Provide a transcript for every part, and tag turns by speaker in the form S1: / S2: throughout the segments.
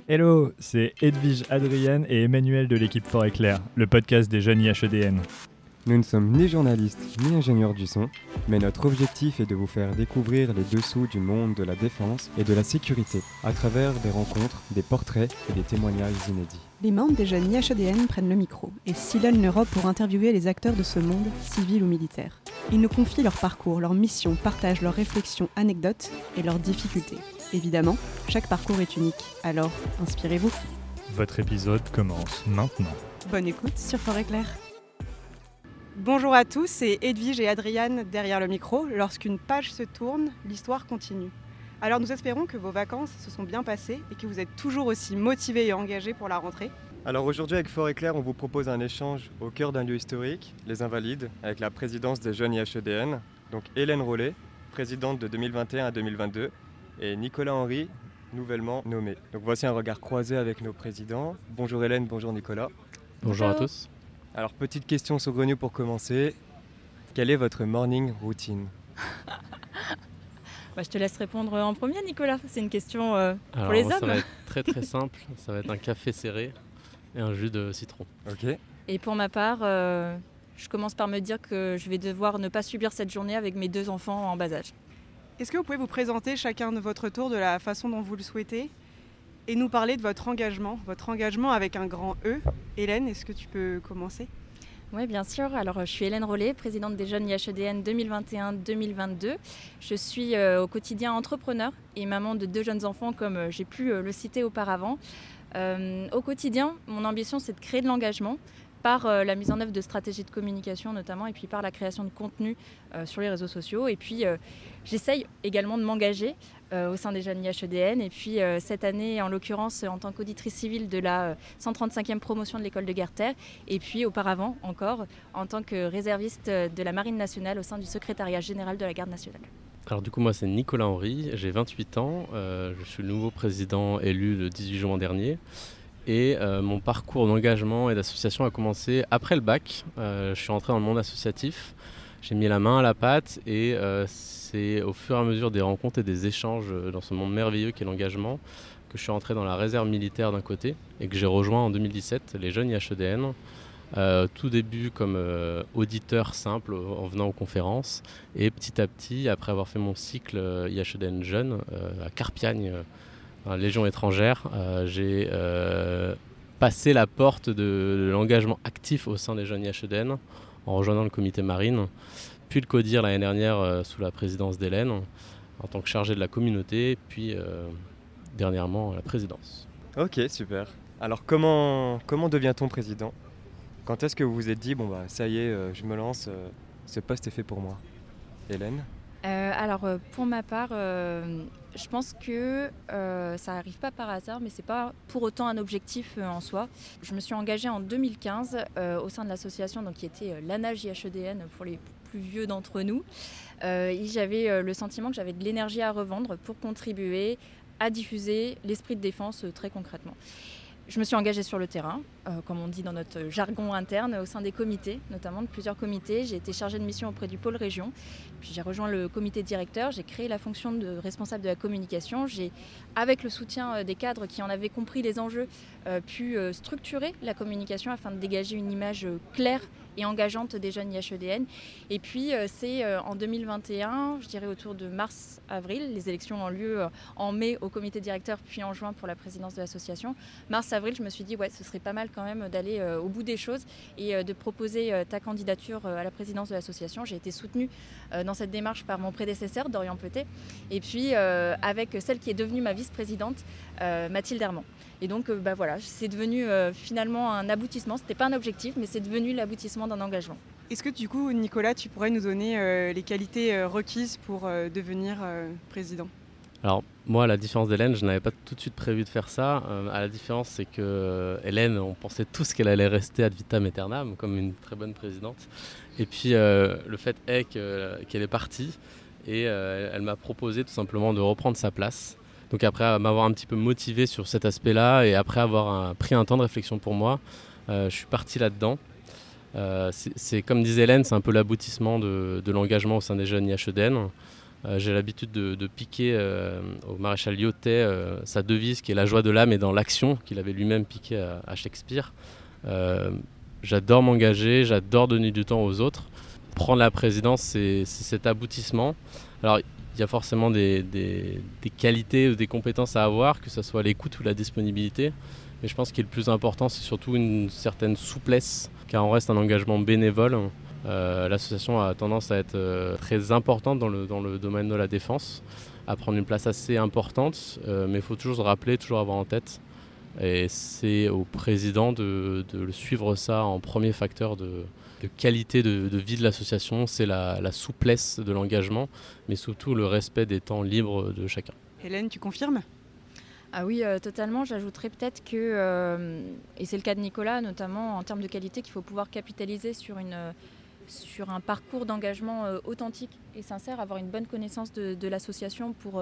S1: Hello, c'est Edwige, Adrienne et Emmanuel de l'équipe Fort Éclair, le podcast des jeunes IHEDN.
S2: Nous ne sommes ni journalistes ni ingénieurs du son, mais notre objectif est de vous faire découvrir les dessous du monde de la défense et de la sécurité, à travers des rencontres, des portraits et des témoignages inédits.
S3: Les membres des jeunes IHEDN prennent le micro et sillonnent l'Europe pour interviewer les acteurs de ce monde, civil ou militaire. Ils nous confient leur parcours, leur mission, partagent leurs réflexions, anecdotes et leurs difficultés. Évidemment, chaque parcours est unique, alors inspirez-vous.
S1: Votre épisode commence maintenant.
S3: Bonne écoute sur Fort Éclair. Bonjour à tous, c'est Edwige et Adrienne derrière le micro. Lorsqu'une page se tourne, l'histoire continue. Alors nous espérons que vos vacances se sont bien passées et que vous êtes toujours aussi motivés et engagés pour la rentrée.
S2: Alors aujourd'hui avec Fort Éclair, on vous propose un échange au cœur d'un lieu historique, les Invalides, avec la présidence des jeunes IHEDN, donc Hélène Rollet, présidente de 2021 à 2022, et Nicolas Henry, nouvellement nommé. Donc voici un regard croisé avec nos présidents. Bonjour Hélène, bonjour Nicolas.
S4: Bonjour à tous.
S2: Alors petite question saugrenue pour commencer, quelle est votre morning routine ?
S5: Je te laisse répondre en premier, Nicolas. C'est une question pour
S4: Alors,
S5: les
S4: moi,
S5: hommes.
S4: ça va être très simple. Ça va être un café serré et un jus de citron.
S2: Ok.
S5: Et pour ma part, je commence par me dire que je vais devoir ne pas subir cette journée avec mes 2 enfants en bas âge.
S3: Est-ce que vous pouvez vous présenter chacun de votre tour de la façon dont vous le souhaitez et nous parler de votre engagement avec un grand E. Hélène, est-ce que tu peux commencer ?
S5: Oui, bien sûr. Alors, je suis Hélène Rollet, présidente des jeunes IHEDN 2021-2022. Je suis au quotidien entrepreneur et maman de 2 jeunes enfants, comme j'ai pu le citer auparavant. Au quotidien, mon ambition, c'est de créer de l'engagement par la mise en œuvre de stratégies de communication notamment, et puis par la création de contenu sur les réseaux sociaux. Et puis, j'essaye également de m'engager au sein des jeunes IHEDN. Et puis, cette année, en l'occurrence, en tant qu'auditrice civile de la 135e promotion de l'école de guerre-terre. Et puis, auparavant encore, en tant que réserviste de la Marine nationale au sein du secrétariat général de la Garde nationale.
S4: Alors du coup, moi, c'est Nicolas Henry, j'ai 28 ans. Je suis le nouveau président élu le 18 juin dernier. Et mon parcours d'engagement et d'association a commencé après le bac. Je suis rentré dans le monde associatif. J'ai mis la main à la pâte et c'est au fur et à mesure des rencontres et des échanges dans ce monde merveilleux qu'est l'engagement que je suis rentré dans la réserve militaire d'un côté et que j'ai rejoint en 2017 les jeunes IHEDN. Tout début comme auditeur simple en venant aux conférences et petit à petit, après avoir fait mon cycle IHEDN jeune à Carpiagne, Légion étrangère, j'ai passé la porte de l'engagement actif au sein des jeunes IHEDN en rejoignant le comité marine, puis le CODIR l'année dernière sous la présidence d'Hélène en tant que chargé de la communauté, puis dernièrement la présidence.
S2: Ok, super. Alors comment devient-on président ? Quand est-ce que vous vous êtes dit, ça y est, je me lance, ce poste est fait pour moi ? Hélène ?
S5: Pour ma part, je pense que ça n'arrive pas par hasard, mais ce n'est pas pour autant un objectif en soi. Je me suis engagée en 2015 au sein de l'association qui était l'ANAGE IHEDN pour les plus vieux d'entre nous. Et j'avais le sentiment que j'avais de l'énergie à revendre pour contribuer à diffuser l'esprit de défense très concrètement. Je me suis engagée sur le terrain, comme on dit dans notre jargon interne, au sein des comités, notamment de plusieurs comités. J'ai été chargée de mission auprès du pôle région, puis j'ai rejoint le comité directeur, j'ai créé la fonction de responsable de la communication. J'ai, avec le soutien des cadres qui en avaient compris les enjeux, pu structurer la communication afin de dégager une image claire et engageante des jeunes IHEDN. Et puis c'est en 2021, je dirais autour de mars-avril, les élections ont lieu en mai au comité directeur, puis en juin pour la présidence de l'association. Mars-avril, je me suis dit ce serait pas mal quand même d'aller au bout des choses et de proposer ta candidature à la présidence de l'association. J'ai été soutenue dans cette démarche par mon prédécesseur, Dorian Petet, et puis avec celle qui est devenue ma vice-présidente, Mathilde Herman. Et donc c'est devenu finalement un aboutissement. C'était pas un objectif, mais c'est devenu l'aboutissement d'un engagement.
S3: Est-ce que du coup, Nicolas, tu pourrais nous donner les qualités requises pour devenir président ?
S4: Alors moi, à la différence d'Hélène, je n'avais pas tout de suite prévu de faire ça. À la différence, c'est que Hélène, on pensait tous qu'elle allait rester ad vitam aeternam, comme une très bonne présidente. Et puis le fait est qu'elle est partie et elle m'a proposé tout simplement de reprendre sa place. Donc après m'avoir un petit peu motivé sur cet aspect-là et après avoir pris un temps de réflexion pour moi, je suis parti là-dedans. C'est comme disait Hélène, c'est un peu l'aboutissement de l'engagement au sein des jeunes IHEDN. J'ai l'habitude de piquer au maréchal Lyautey sa devise qui est la joie de l'âme et dans l'action, qu'il avait lui-même piqué à Shakespeare. J'adore m'engager, j'adore donner du temps aux autres. Prendre la présidence, c'est cet aboutissement. Alors, il y a forcément des qualités ou des compétences à avoir, que ce soit l'écoute ou la disponibilité. Mais je pense que le plus important, c'est surtout une certaine souplesse, car on reste un engagement bénévole. L'association a tendance à être très importante dans le domaine de la défense, à prendre une place assez importante, mais il faut toujours se rappeler, toujours avoir en tête. Et c'est au président de suivre ça en premier facteur de qualité de vie de l'association, c'est la souplesse de l'engagement, mais surtout le respect des temps libres de chacun.
S3: Hélène, tu confirmes ?
S5: Ah oui, totalement. J'ajouterais peut-être que, et c'est le cas de Nicolas, notamment en termes de qualité, qu'il faut pouvoir capitaliser sur un parcours d'engagement authentique et sincère, avoir une bonne connaissance de l'association pour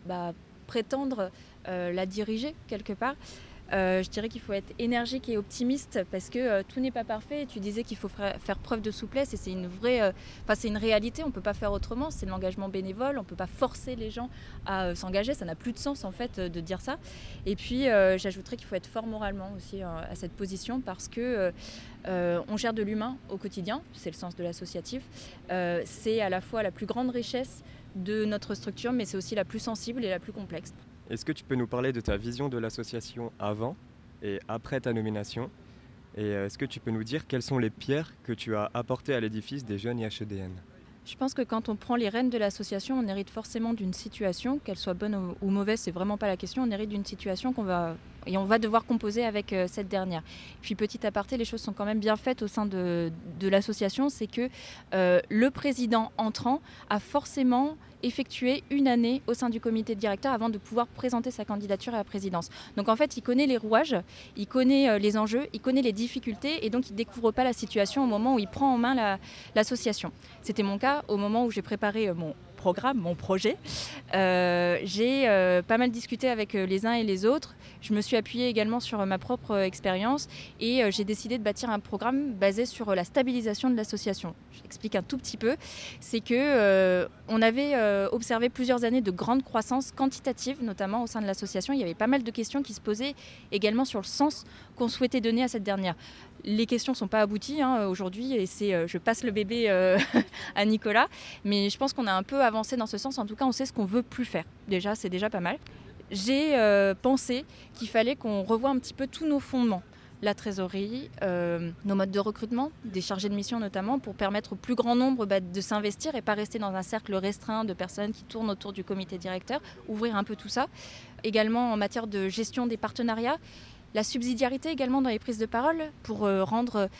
S5: prétendre la diriger quelque part. Je dirais qu'il faut être énergique et optimiste parce que tout n'est pas parfait. Tu disais qu'il faut faire preuve de souplesse et c'est c'est une réalité. On ne peut pas faire autrement. C'est de l'engagement bénévole. On ne peut pas forcer les gens à s'engager. Ça n'a plus de sens en fait de dire ça. Et puis j'ajouterais qu'il faut être fort moralement aussi à cette position parce que on gère de l'humain au quotidien. C'est le sens de l'associatif. C'est à la fois la plus grande richesse de notre structure, mais c'est aussi la plus sensible et la plus complexe.
S2: Est-ce que tu peux nous parler de ta vision de l'association avant et après ta nomination ? Et est-ce que tu peux nous dire quelles sont les pierres que tu as apportées à l'édifice des jeunes IHEDN ?
S5: Je pense que quand on prend les rênes de l'association, on hérite forcément d'une situation, qu'elle soit bonne ou mauvaise, c'est vraiment pas la question. On hérite d'une situation on va devoir composer avec cette dernière. Puis petit aparté, les choses sont quand même bien faites au sein de l'association, c'est que le président entrant a forcément effectué une année au sein du comité de directeur avant de pouvoir présenter sa candidature à la présidence. Donc en fait, il connaît les rouages, il connaît les enjeux, il connaît les difficultés et donc il ne découvre pas la situation au moment où il prend en main l'association. C'était mon cas au moment où j'ai préparé mon projet. J'ai pas mal discuté avec les uns et les autres. Je me suis appuyée également sur ma propre expérience et j'ai décidé de bâtir un programme basé sur la stabilisation de l'association. J'explique un tout petit peu. C'est que on avait observé plusieurs années de grande croissance quantitative, notamment au sein de l'association. Il y avait pas mal de questions qui se posaient également sur le sens qu'on souhaitait donner à cette dernière. Les questions ne sont pas abouties aujourd'hui et je passe le bébé à Nicolas, mais je pense qu'on a un peu avancé dans ce sens. En tout cas, on sait ce qu'on veut plus faire. Déjà, c'est déjà pas mal. J'ai pensé qu'il fallait qu'on revoie un petit peu tous nos fondements. La trésorerie, nos modes de recrutement, des chargés de mission notamment, pour permettre au plus grand nombre de s'investir et pas rester dans un cercle restreint de personnes qui tournent autour du comité directeur, ouvrir un peu tout ça. Également en matière de gestion des partenariats, la subsidiarité également dans les prises de parole pour rendre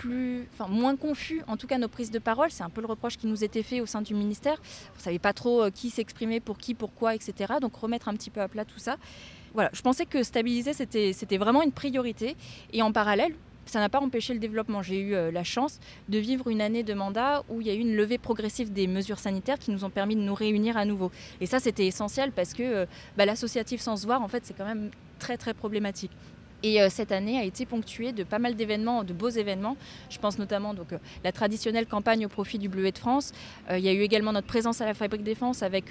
S5: moins confus, en tout cas nos prises de parole. C'est un peu le reproche qui nous était fait au sein du ministère. On ne savait pas trop qui s'exprimait pour qui, pourquoi, etc. Donc remettre un petit peu à plat tout ça. Voilà, je pensais que stabiliser, c'était vraiment une priorité. Et en parallèle, ça n'a pas empêché le développement. J'ai eu la chance de vivre une année de mandat où il y a eu une levée progressive des mesures sanitaires qui nous ont permis de nous réunir à nouveau. Et ça, c'était essentiel parce que l'associatif sans se voir, en fait, c'est quand même très, très problématique. Et cette année a été ponctuée de pas mal d'événements, de beaux événements. Je pense notamment la traditionnelle campagne au profit du Bleuet de France. Il y a eu également notre présence à la Fabrique Défense avec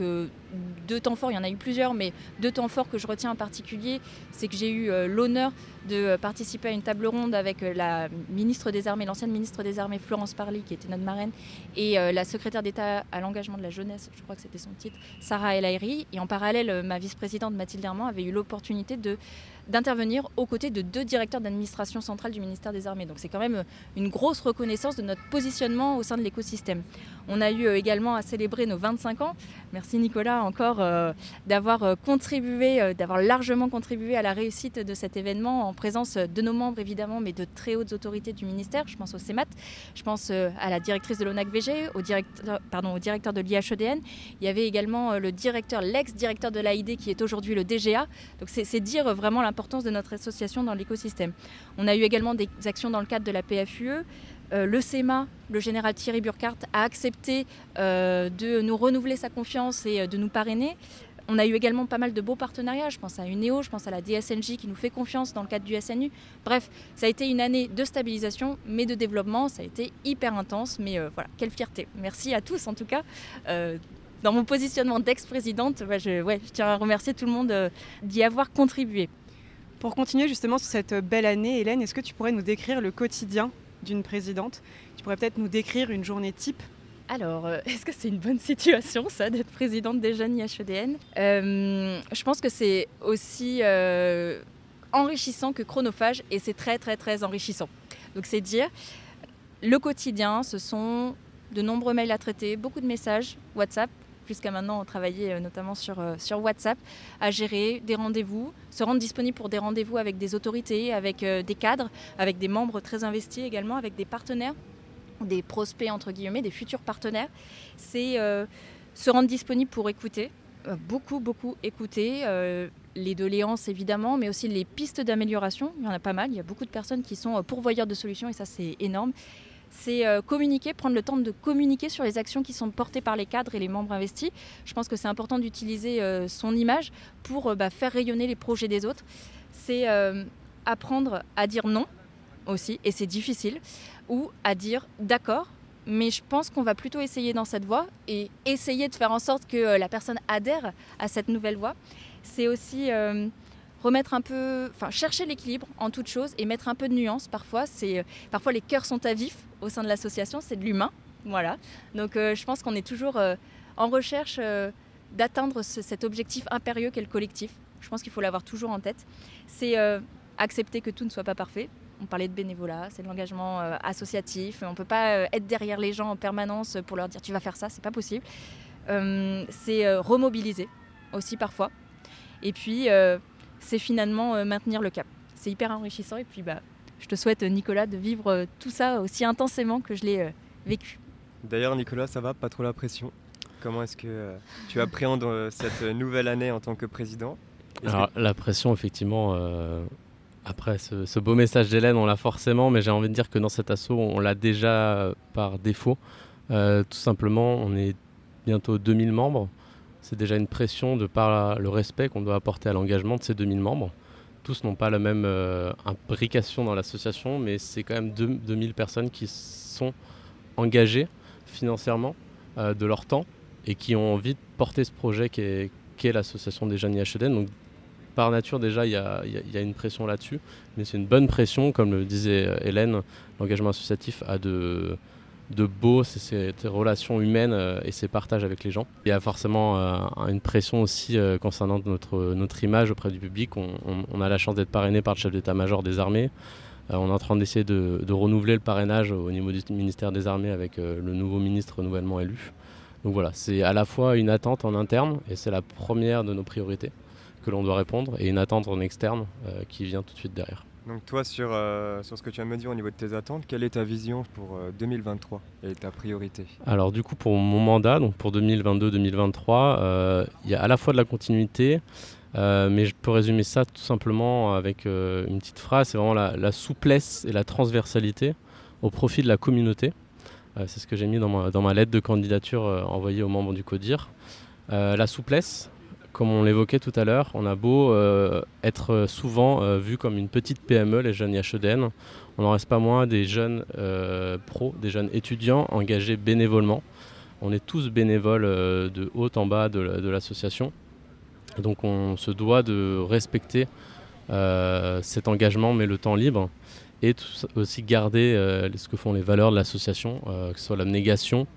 S5: 2 temps forts. Il y en a eu plusieurs, mais 2 temps forts que je retiens en particulier. C'est que j'ai eu l'honneur de participer à une table ronde avec la ministre des Armées, l'ancienne ministre des Armées Florence Parly, qui était notre marraine, et la secrétaire d'État à l'engagement de la jeunesse, je crois que c'était son titre, Sarah El Haïry. Et en parallèle, ma vice-présidente Mathilde Herman avait eu l'opportunité d'intervenir aux côtés de 2 directeurs d'administration centrale du ministère des Armées. Donc c'est quand même une grosse reconnaissance de notre positionnement au sein de l'écosystème. On a eu également à célébrer nos 25 ans. Merci Nicolas encore d'avoir largement contribué à la réussite de cet événement en présence de nos membres évidemment, mais de très hautes autorités du ministère. Je pense au CEMAT, je pense à la directrice de l'ONAC-VG, au directeur de l'IHEDN. Il y avait également l'ex-directeur de l'AID qui est aujourd'hui le DGA. Donc c'est dire vraiment l'importance de notre association dans l'écosystème. On a eu également des actions dans le cadre de la PFUE. Le CEMA, le général Thierry Burkhardt, a accepté de nous renouveler sa confiance et de nous parrainer. On a eu également pas mal de beaux partenariats. Je pense à UNEO, je pense à la DSNJ qui nous fait confiance dans le cadre du SNU. Bref, ça a été une année de stabilisation, mais de développement. Ça a été hyper intense, mais voilà, quelle fierté. Merci à tous en tout cas dans mon positionnement d'ex-présidente, je tiens à remercier tout le monde d'y avoir contribué.
S3: Pour continuer justement sur cette belle année, Hélène, est-ce que tu pourrais nous décrire le quotidien d'une présidente ? Tu pourrais peut-être nous décrire une journée type ?
S5: Alors, est-ce que c'est une bonne situation, ça, d'être présidente des jeunes IHEDN ? Je pense que c'est aussi enrichissant que chronophage, et c'est très, très, très enrichissant. Donc, c'est dire, le quotidien, ce sont de nombreux mails à traiter, beaucoup de messages, WhatsApp. Jusqu'à maintenant, on travaillait notamment sur WhatsApp, à gérer des rendez-vous, se rendre disponible pour des rendez-vous avec des autorités, avec des cadres, avec des membres très investis également, avec des partenaires, des prospects entre guillemets, des futurs partenaires. C'est se rendre disponible pour écouter, beaucoup écouter, les doléances évidemment, mais aussi les pistes d'amélioration. Il y en a pas mal, il y a beaucoup de personnes qui sont pourvoyeurs de solutions et ça c'est énorme. C'est communiquer, prendre le temps de communiquer sur les actions qui sont portées par les cadres et les membres investis. Je pense que c'est important d'utiliser son image pour faire rayonner les projets des autres. C'est apprendre à dire non aussi, et c'est difficile, ou à dire d'accord, mais je pense qu'on va plutôt essayer dans cette voie et essayer de faire en sorte que la personne adhère à cette nouvelle voie. C'est aussi remettre un peu, chercher l'équilibre en toute chose et mettre un peu de nuance parfois. Parfois les cœurs sont à vif au sein de l'association, c'est de l'humain, voilà. Donc je pense qu'on est toujours en recherche d'atteindre cet objectif impérieux qu'est le collectif. Je pense qu'il faut l'avoir toujours en tête. C'est accepter que tout ne soit pas parfait. On parlait de bénévolat, c'est de l'engagement associatif. On ne peut pas être derrière les gens en permanence pour leur dire tu vas faire ça, c'est pas possible. C'est remobiliser aussi parfois. Et puis c'est finalement maintenir le cap. C'est hyper enrichissant et puis je te souhaite Nicolas de vivre tout ça aussi intensément que je l'ai vécu.
S2: D'ailleurs Nicolas, ça va, pas trop la pression? Comment est-ce que tu appréhendes cette nouvelle année en tant que président?
S4: Alors la pression effectivement, après ce beau message d'Hélène on l'a forcément, mais j'ai envie de dire que dans cet asso on l'a déjà par défaut. Tout simplement on est bientôt 2000 membres. C'est déjà une pression de par le respect qu'on doit apporter à l'engagement de ces 2000 membres. Tous n'ont pas la même imbrication dans l'association, mais c'est quand même 2000 personnes qui sont engagées financièrement de leur temps et qui ont envie de porter ce projet qu'est l'association des jeunes IHEDN. Donc, par nature, déjà, il y a une pression là-dessus, mais c'est une bonne pression, comme le disait Hélène, l'engagement associatif a de beau, c'est ces relations humaines et ces partages avec les gens. Il y a forcément une pression aussi concernant notre image auprès du public. On a la chance d'être parrainé par le chef d'état-major des armées. On est en train d'essayer de renouveler le parrainage au niveau du ministère des Armées avec le nouveau ministre nouvellement élu. Donc voilà, c'est à la fois une attente en interne, et c'est la première de nos priorités que l'on doit répondre, et une attente en externe qui vient tout de suite derrière.
S2: Donc toi, sur ce que tu viens de me dire au niveau de tes attentes, quelle est ta vision pour 2023 et ta priorité?
S4: Alors du coup, pour mon mandat, donc pour 2022-2023, il y a à la fois de la continuité, mais je peux résumer ça tout simplement avec une petite phrase, c'est vraiment la souplesse et la transversalité au profit de la communauté. C'est ce que j'ai mis dans ma lettre de candidature envoyée aux membres du CODIR. La souplesse, comme on l'évoquait tout à l'heure, on a beau être souvent vu comme une petite PME, les jeunes IHEDN, on n'en reste pas moins des jeunes pros, des jeunes étudiants engagés bénévolement. On est tous bénévoles de haut en bas de l'association. Donc on se doit de respecter cet engagement, mais le temps libre, et aussi garder ce que font les valeurs de l'association, que ce soit l'abnégation,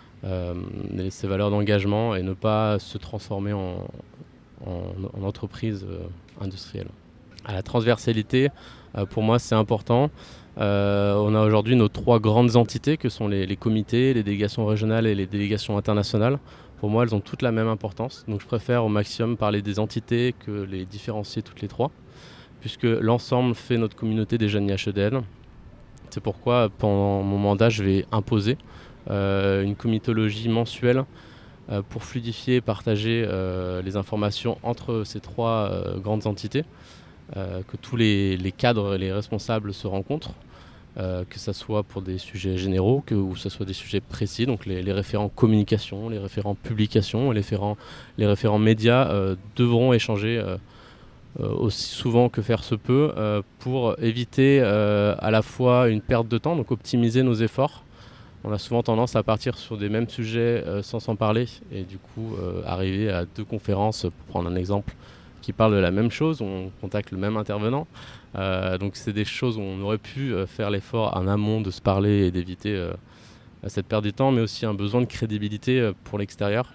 S4: ces valeurs d'engagement, et ne pas se transformer en entreprise industrielle. À la transversalité, pour moi, c'est important. On a aujourd'hui nos 3 grandes entités que sont les comités, les délégations régionales et les délégations internationales. Pour moi, elles ont toutes la même importance. Donc je préfère au maximum parler des entités que les différencier toutes les 3, puisque l'ensemble fait notre communauté des jeunes IHEDN. C'est pourquoi, pendant mon mandat, je vais imposer une comitologie mensuelle pour fluidifier et partager les informations entre ces 3 grandes entités, que tous les cadres et les responsables se rencontrent, que ce soit pour des sujets généraux ou que ce soit des sujets précis, donc les référents communication, les référents publication, les référents médias devront échanger aussi souvent que faire se peut pour éviter à la fois une perte de temps, donc optimiser nos efforts on a souvent tendance à partir sur des mêmes sujets sans s'en parler et du coup arriver à 2 conférences, pour prendre un exemple, qui parlent de la même chose, on contacte le même intervenant. Donc c'est des choses où on aurait pu faire l'effort en amont de se parler et d'éviter cette perte de temps, mais aussi un besoin de crédibilité pour l'extérieur.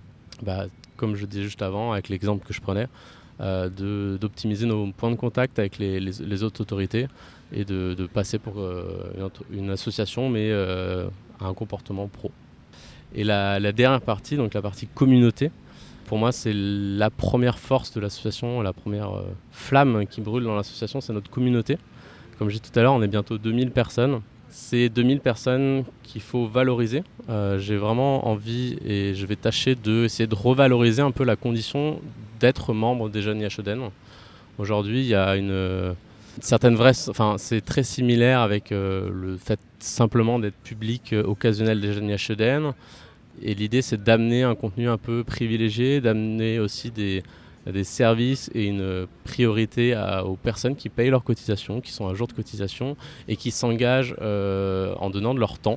S4: Comme je disais juste avant, avec l'exemple que je prenais, d'optimiser nos points de contact avec les autres autorités et de passer pour une association, mais à un comportement pro. Et la dernière partie, donc la partie communauté, pour moi c'est la première force de l'association, la première flamme qui brûle dans l'association, c'est notre communauté. Comme j'ai dit tout à l'heure, on est bientôt 2000 personnes. C'est 2000 personnes qu'il faut valoriser. J'ai vraiment envie et je vais tâcher d'essayer de revaloriser un peu la condition d'être membre des jeunes IHEDN. Aujourd'hui, il y a une certaine c'est très similaire avec le fait simplement d'être public occasionnel des jeunes IHEDN. Et l'idée, c'est d'amener un contenu un peu privilégié, d'amener aussi des services et une priorité aux personnes qui payent leurs cotisations, qui sont à jour de cotisation et qui s'engagent en donnant de leur temps.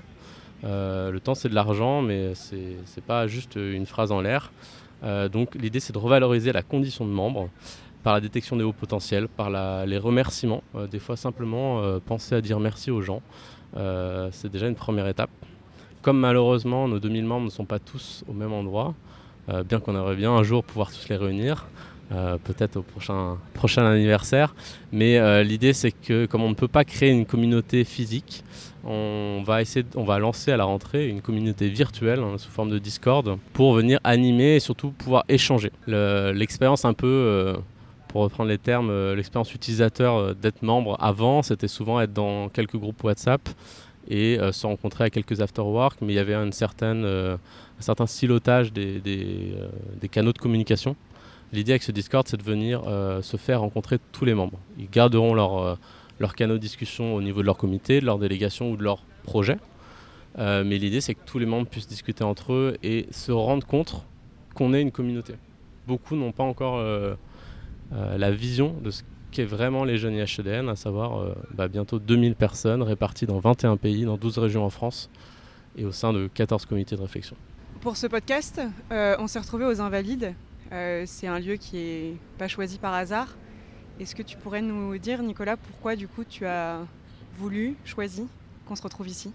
S4: Le temps, c'est de l'argent, mais c'est pas juste une phrase en l'air. Donc l'idée, c'est de revaloriser la condition de membre par la détection des hauts potentiels, par les remerciements. Des fois, simplement penser à dire merci aux gens. C'est déjà une première étape. Comme malheureusement, nos 2000 membres ne sont pas tous au même endroit, bien qu'on aimerait bien un jour pouvoir tous les réunir, peut-être au prochain anniversaire. Mais l'idée, c'est que comme on ne peut pas créer une communauté physique, on va lancer à la rentrée une communauté virtuelle sous forme de Discord pour venir animer et surtout pouvoir échanger. L'expérience un peu, pour reprendre les termes, l'expérience utilisateur d'être membre avant, c'était souvent être dans quelques groupes WhatsApp et se rencontrer à quelques after-work, mais il y avait un certain silotage des canaux de communication. L'idée avec ce Discord, c'est de venir se faire rencontrer tous les membres. Ils garderont leurs canaux de discussion au niveau de leur comité, de leur délégation ou de leur projet. Mais l'idée, c'est que tous les membres puissent discuter entre eux et se rendre compte qu'on est une communauté. Beaucoup n'ont pas encore la vision de ce qu'est vraiment les jeunes IHEDN, à savoir bientôt 2000 personnes réparties dans 21 pays, dans 12 régions en France et au sein de 14 comités de réflexion.
S3: Pour ce podcast, on s'est retrouvés aux Invalides. C'est un lieu qui n'est pas choisi par hasard. Est-ce que tu pourrais nous dire, Nicolas, pourquoi du coup tu as choisi qu'on se retrouve ici ?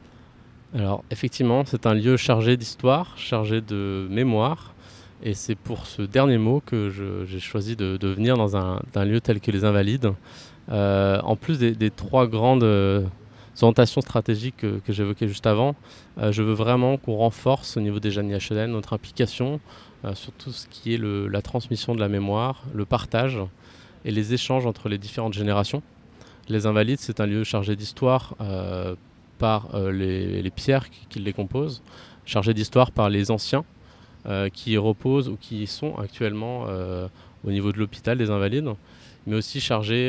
S3: Alors
S4: effectivement, c'est un lieu chargé d'histoire, chargé de mémoire. Et c'est pour ce dernier mot que j'ai choisi de venir dans un lieu tel que les Invalides. En plus des 3 grandes orientations stratégiques que j'évoquais juste avant, je veux vraiment qu'on renforce au niveau des jeunes IHEDN notre implication sur tout ce qui est la transmission de la mémoire, le partage et les échanges entre les différentes générations. Les Invalides, c'est un lieu chargé d'histoire par les pierres qui les composent, chargé d'histoire par les anciens, qui y reposent ou qui y sont actuellement au niveau de l'hôpital des Invalides, mais aussi chargé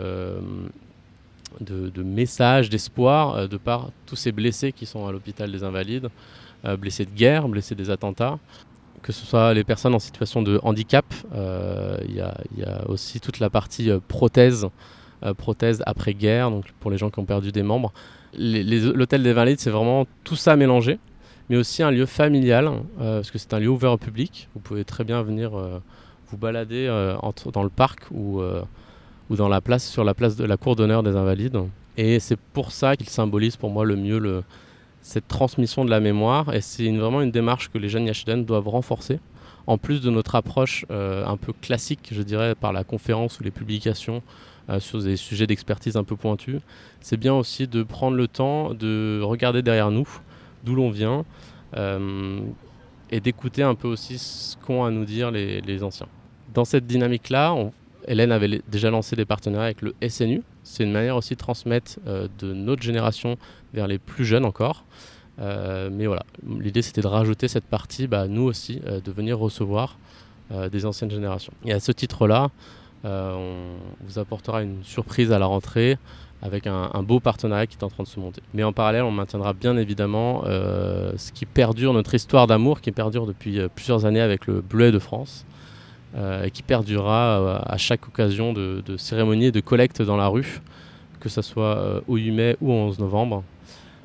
S4: de messages, d'espoir de par tous ces blessés qui sont à l'hôpital des Invalides, blessés de guerre, blessés des attentats, que ce soit les personnes en situation de handicap. Il y a aussi toute la partie prothèse après-guerre, donc pour les gens qui ont perdu des membres. L'hôtel des Invalides, c'est vraiment tout ça mélangé, mais aussi un lieu familial, parce que c'est un lieu ouvert au public. Vous pouvez très bien venir vous balader dans le parc ou sur la place de la cour d'honneur des Invalides. Et c'est pour ça qu'il symbolise pour moi le mieux cette transmission de la mémoire. Et c'est vraiment une démarche que les jeunes IHEDN doivent renforcer, en plus de notre approche un peu classique, je dirais, par la conférence ou les publications sur des sujets d'expertise un peu pointus. C'est bien aussi de prendre le temps de regarder derrière nous, d'où l'on vient, et d'écouter un peu aussi ce qu'ont à nous dire les anciens. Dans cette dynamique-là, Hélène avait déjà lancé des partenariats avec le SNU. C'est une manière aussi de transmettre de notre génération vers les plus jeunes encore. Mais voilà, l'idée c'était de rajouter cette partie, nous aussi, de venir recevoir des anciennes générations. Et à ce titre-là, on vous apportera une surprise à la rentrée avec un beau partenariat qui est en train de se monter. Mais en parallèle, on maintiendra bien évidemment ce qui perdure, notre histoire d'amour qui perdure depuis plusieurs années avec le Bleuet de France, et qui perdurera à chaque occasion de cérémonie et de collecte dans la rue, que ce soit au 8 mai ou au 11 novembre.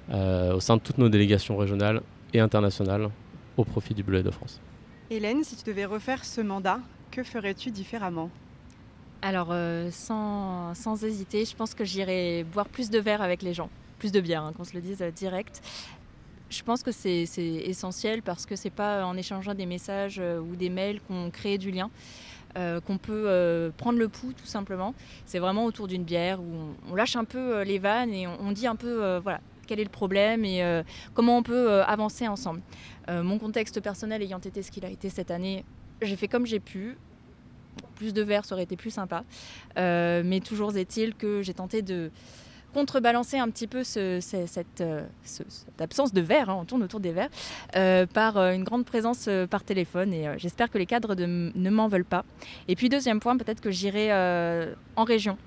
S4: au sein de toutes nos délégations régionales et internationales au profit du Bleuet de France.
S3: Hélène, si tu devais refaire ce mandat, que ferais-tu différemment ?
S5: Alors, sans hésiter, je pense que j'irai boire plus de verre avec les gens. Plus de bière, qu'on se le dise direct. Je pense que c'est essentiel parce que c'est pas en échangeant des messages ou des mails qu'on crée du lien, qu'on peut prendre le pouls tout simplement. C'est vraiment autour d'une bière où on lâche un peu les vannes et on dit un peu quel est le problème et comment on peut avancer ensemble. Mon contexte personnel ayant été ce qu'il a été cette année, j'ai fait comme j'ai pu. Plus de verre, ça aurait été plus sympa. Mais toujours est-il que j'ai tenté de contrebalancer un petit peu cette absence de verre, on tourne autour des verres, par une grande présence par téléphone. Et j'espère que les cadres ne m'en veulent pas. Et puis deuxième point, peut-être que j'irai en région.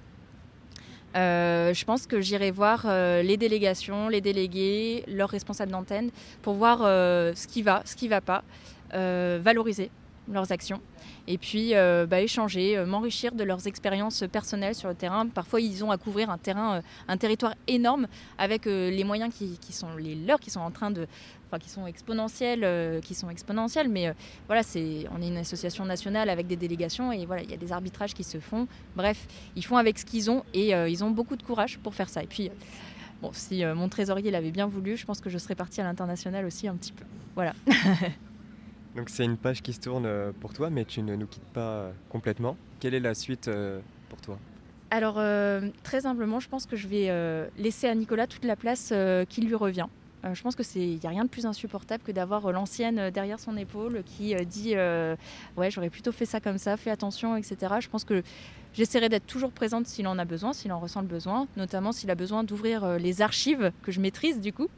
S5: Je pense que j'irai voir les délégations, les délégués, leurs responsables d'antenne, pour voir ce qui va pas, valoriser leurs actions. Et puis échanger, m'enrichir de leurs expériences personnelles sur le terrain. Parfois, ils ont à couvrir un territoire énorme avec les moyens qui sont les leurs, qui sont exponentiels, mais on est une association nationale avec des délégations et voilà, il y a des arbitrages qui se font. Bref, ils font avec ce qu'ils ont et ils ont beaucoup de courage pour faire ça. Et puis, si mon trésorier l'avait bien voulu, je pense que je serais partie à l'international aussi un petit peu. Voilà.
S2: Donc c'est une page qui se tourne pour toi, mais tu ne nous quittes pas complètement. Quelle est la suite pour toi ?
S5: Alors, très humblement, je pense que je vais laisser à Nicolas toute la place qui lui revient. Je pense qu'il n'y a rien de plus insupportable que d'avoir l'ancienne derrière son épaule qui dit ouais, j'aurais plutôt fait ça comme ça, fais attention, etc. Je pense que j'essaierai d'être toujours présente s'il en a besoin, s'il en ressent le besoin, notamment s'il a besoin d'ouvrir les archives que je maîtrise du coup.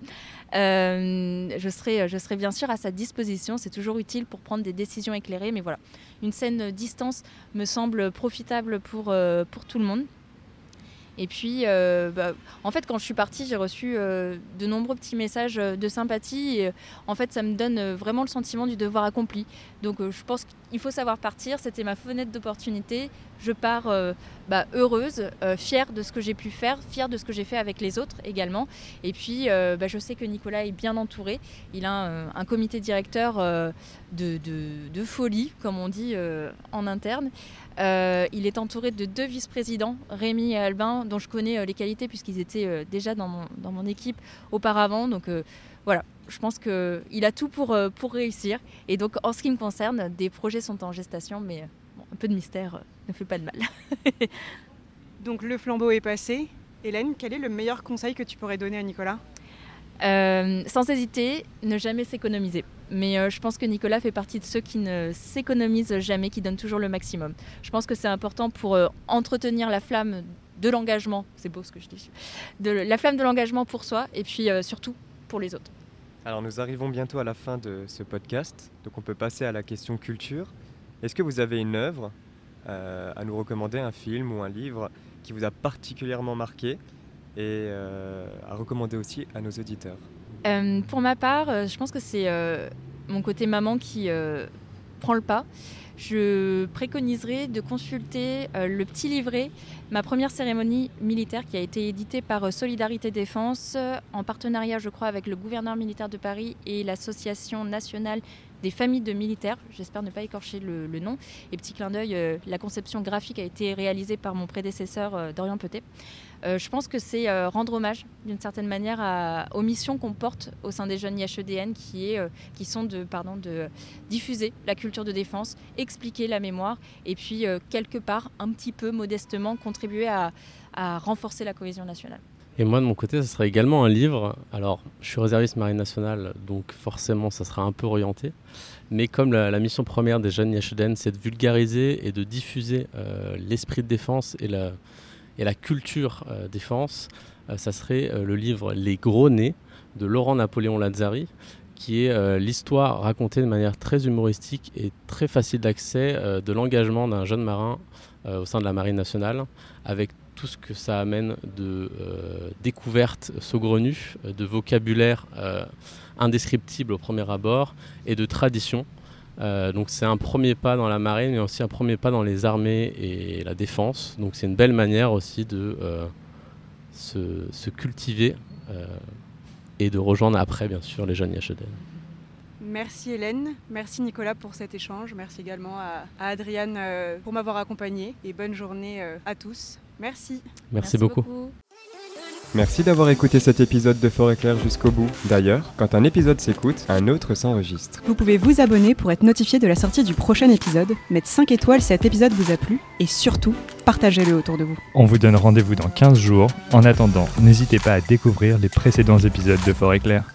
S5: Je serai bien sûr à sa disposition, c'est toujours utile pour prendre des décisions éclairées, mais voilà, une saine distance me semble profitable pour tout le monde. Et puis, en fait, quand je suis partie, j'ai reçu de nombreux petits messages de sympathie. Et, en fait, ça me donne vraiment le sentiment du devoir accompli. Donc, je pense qu'il faut savoir partir. C'était ma fenêtre d'opportunité. Je pars heureuse, fière de ce que j'ai pu faire, fière de ce que j'ai fait avec les autres également. Et puis, je sais que Nicolas est bien entouré. Il a un comité directeur de folie, comme on dit en interne. Il est entouré de 2 vice-présidents, Rémi et Albin, dont je connais les qualités puisqu'ils étaient déjà dans mon équipe auparavant. Donc voilà, je pense qu'il a tout pour réussir. Et donc en ce qui me concerne, des projets sont en gestation, mais un peu de mystère ne fait pas de mal.
S3: Donc le flambeau est passé. Hélène, quel est le meilleur conseil que tu pourrais donner à Nicolas ?
S5: Sans hésiter, ne jamais s'économiser. Mais je pense que Nicolas fait partie de ceux qui ne s'économisent jamais, qui donnent toujours le maximum. Je pense que c'est important pour entretenir la flamme de l'engagement, c'est beau ce que je dis, la flamme de l'engagement pour soi et puis surtout pour les autres.
S2: Alors nous arrivons bientôt à la fin de ce podcast, donc on peut passer à la question culture. Est-ce que vous avez une œuvre à nous recommander, un film ou un livre qui vous a particulièrement marqué et à recommander aussi à nos auditeurs?
S5: Pour ma part, je pense que c'est mon côté maman qui prend le pas. Je préconiserais de consulter le petit livret Ma première cérémonie militaire qui a été édité par Solidarité Défense en partenariat, je crois, avec le gouverneur militaire de Paris et l'Association nationale des familles de militaires. J'espère ne pas écorcher le nom. Et petit clin d'œil, la conception graphique a été réalisée par mon prédécesseur Dorian Petet. Je pense que c'est rendre hommage d'une certaine manière aux missions qu'on porte au sein des jeunes IHEDN qui sont de diffuser la culture de défense, expliquer la mémoire et puis quelque part, un petit peu modestement, contribuer à renforcer la cohésion nationale.
S4: Et moi de mon côté, ce sera également un livre. Alors, je suis réserviste Marine nationale, donc forcément ça sera un peu orienté. Mais comme la mission première des jeunes IHEDN, c'est de vulgariser et de diffuser l'esprit de défense et la culture défense, ça serait le livre Les Gros Nez de Laurent Napoléon Lazzari, qui est l'histoire racontée de manière très humoristique et très facile d'accès de l'engagement d'un jeune marin au sein de la Marine nationale, avec tout ce que ça amène de découvertes saugrenues, de vocabulaire indescriptible au premier abord et de tradition. Donc c'est un premier pas dans la marine, mais aussi un premier pas dans les armées et la défense. Donc c'est une belle manière aussi de se cultiver et de rejoindre après, bien sûr, les jeunes IHEDN.
S3: Merci Hélène, merci Nicolas pour cet échange, merci également à Adriane pour m'avoir accompagnée et bonne journée à tous. Merci.
S4: Merci beaucoup.
S2: Merci d'avoir écouté cet épisode de Fort Éclair jusqu'au bout. D'ailleurs, quand un épisode s'écoute, un autre s'enregistre.
S3: Vous pouvez vous abonner pour être notifié de la sortie du prochain épisode, mettre 5 étoiles si cet épisode vous a plu et surtout, partagez-le autour de vous.
S1: On vous donne rendez-vous dans 15 jours. En attendant, n'hésitez pas à découvrir les précédents épisodes de Fort Éclair.